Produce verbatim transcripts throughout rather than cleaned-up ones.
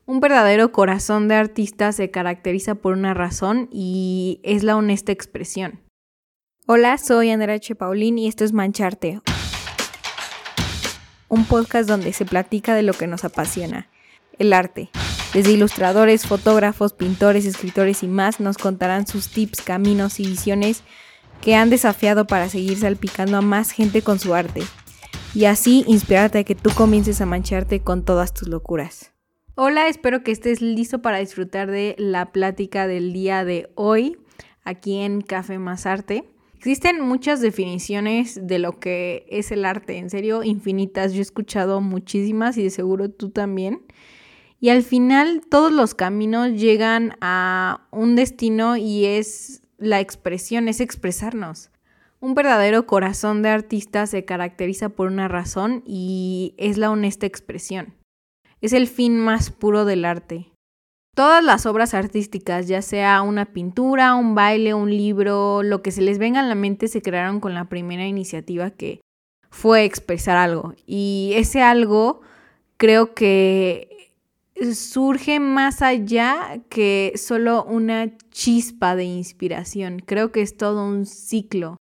Un verdadero corazón de artista se caracteriza por una razón y es la honesta expresión. Hola, soy Andrea H. Paulín y esto es Mancharte, un podcast donde se platica de lo que nos apasiona, el arte. Desde ilustradores, fotógrafos, pintores, escritores y más nos contarán sus tips, caminos y visiones que han desafiado para seguir salpicando a más gente con su arte y así inspirarte a que tú comiences a mancharte con todas tus locuras. Hola, espero que estés listo para disfrutar de la plática del día de hoy aquí en Café Más Arte. Existen muchas definiciones de lo que es el arte, en serio, infinitas. Yo he escuchado muchísimas y de seguro tú también. Y al final todos los caminos llegan a un destino y es la expresión, es expresarnos. Un verdadero corazón de artista se caracteriza por una razón y es la honesta expresión. Es el fin más puro del arte. Todas las obras artísticas, ya sea una pintura, un baile, un libro, lo que se les venga a la mente, se crearon con la primera iniciativa que fue expresar algo. Y ese algo creo que surge más allá que solo una chispa de inspiración. Creo que es todo un ciclo.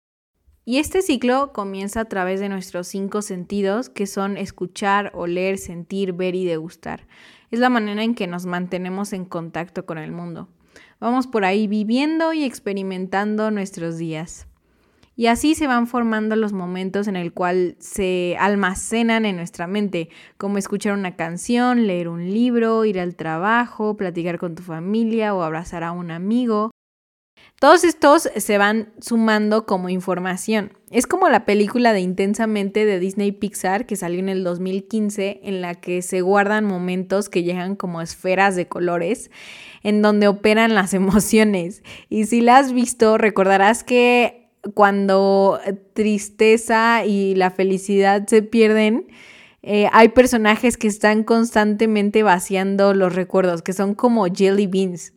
Y este ciclo comienza a través de nuestros cinco sentidos, que son escuchar, oler, sentir, ver y degustar. Es la manera en que nos mantenemos en contacto con el mundo. Vamos por ahí viviendo y experimentando nuestros días. Y así se van formando los momentos en el cual se almacenan en nuestra mente, como escuchar una canción, leer un libro, ir al trabajo, platicar con tu familia o abrazar a un amigo. Todos estos se van sumando como información. Es como la película de Intensamente de Disney Pixar que salió en el dos mil quince, en la que se guardan momentos que llegan como esferas de colores, en donde operan las emociones. Y si la has visto, recordarás que cuando tristeza y la felicidad se pierden, eh, hay personajes que están constantemente vaciando los recuerdos, que son como jelly beans.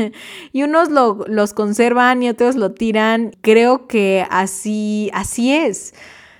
Y unos lo, los conservan y otros lo tiran. Creo que así, así es.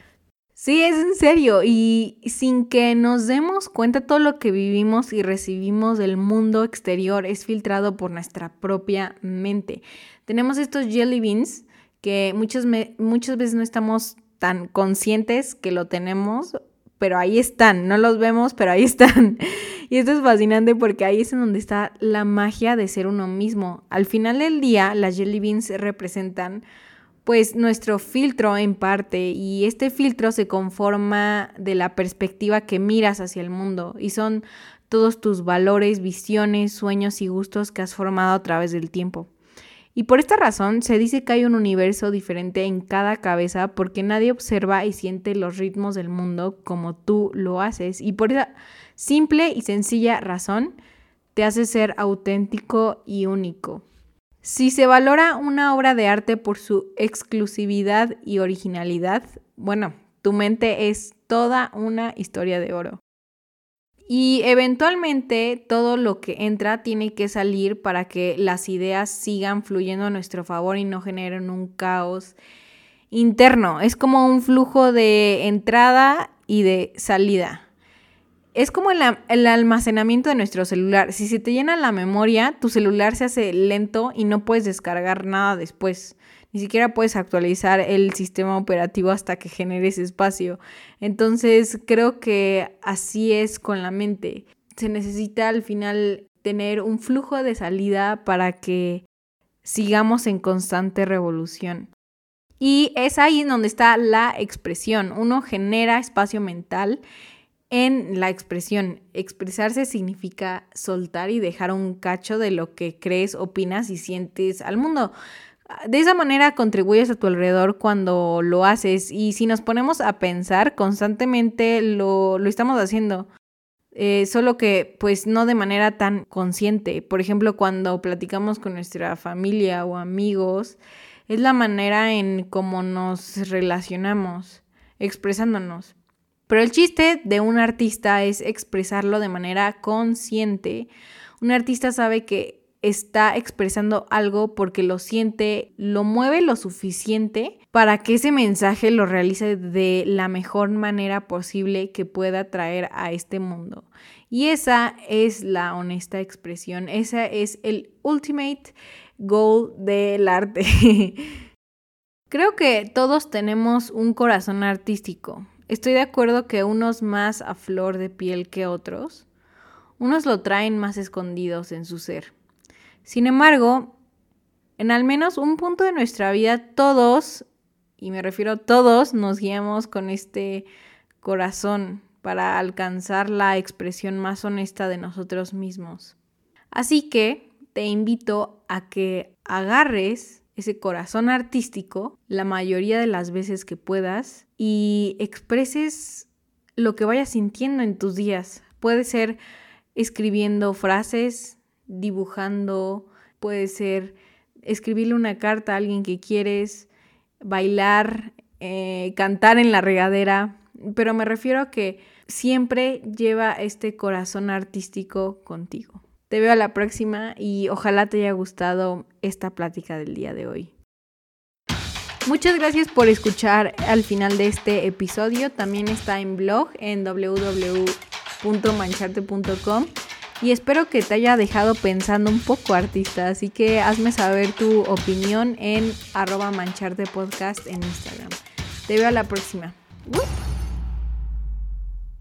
Sí, es en serio. Y sin que nos demos cuenta, todo lo que vivimos y recibimos del mundo exterior es filtrado por nuestra propia mente. Tenemos estos jelly beans que muchas, me, muchas veces no estamos tan conscientes que lo tenemos, pero ahí están, no los vemos, pero ahí están. Y esto es fascinante porque ahí es en donde está la magia de ser uno mismo. Al final del día, las jelly beans representan pues nuestro filtro en parte, y este filtro se conforma de la perspectiva que miras hacia el mundo y son todos tus valores, visiones, sueños y gustos que has formado a través del tiempo. Y por esta razón se dice que hay un universo diferente en cada cabeza porque nadie observa y siente los ritmos del mundo como tú lo haces. Y por esa simple y sencilla razón te hace ser auténtico y único. Si se valora una obra de arte por su exclusividad y originalidad, bueno, tu mente es toda una historia de oro. Y eventualmente todo lo que entra tiene que salir para que las ideas sigan fluyendo a nuestro favor y no generen un caos interno. Es como un flujo de entrada y de salida. Es como el, el almacenamiento de nuestro celular. Si se te llena la memoria, tu celular se hace lento y no puedes descargar nada después. Ni siquiera puedes actualizar el sistema operativo hasta que generes espacio. Entonces, creo que así es con la mente. Se necesita al final tener un flujo de salida para que sigamos en constante revolución. Y es ahí donde está la expresión. Uno genera espacio mental en la expresión. Expresarse significa soltar y dejar un cacho de lo que crees, opinas y sientes al mundo. De esa manera contribuyes a tu alrededor cuando lo haces, y si nos ponemos a pensar constantemente lo, lo estamos haciendo, eh, solo que pues no de manera tan consciente. Por ejemplo, cuando platicamos con nuestra familia o amigos, es la manera en cómo nos relacionamos, expresándonos. Pero el chiste de un artista es expresarlo de manera consciente. Un artista sabe que está expresando algo porque lo siente, lo mueve lo suficiente para que ese mensaje lo realice de la mejor manera posible que pueda traer a este mundo. Y esa es la honesta expresión, ese es el ultimate goal del arte. Creo que todos tenemos un corazón artístico. Estoy de acuerdo que unos más a flor de piel que otros. Unos lo traen más escondidos en su ser. Sin embargo, en al menos un punto de nuestra vida, todos, y me refiero a todos, nos guiamos con este corazón para alcanzar la expresión más honesta de nosotros mismos. Así que te invito a que agarres ese corazón artístico la mayoría de las veces que puedas y expreses lo que vayas sintiendo en tus días. Puede ser escribiendo frases, dibujando, puede ser escribirle una carta a alguien que quieres, bailar, eh, cantar en la regadera, pero me refiero a que siempre lleva este corazón artístico contigo. Te veo a la próxima y ojalá te haya gustado esta plática del día de hoy. Muchas gracias por escuchar al final de este episodio. También está en blog en doble u doble u doble u punto mancharte punto com y espero que te haya dejado pensando un poco, artista. Así que hazme saber tu opinión en arroba mancharte podcast en Instagram. Te veo a la próxima. ¡Uh!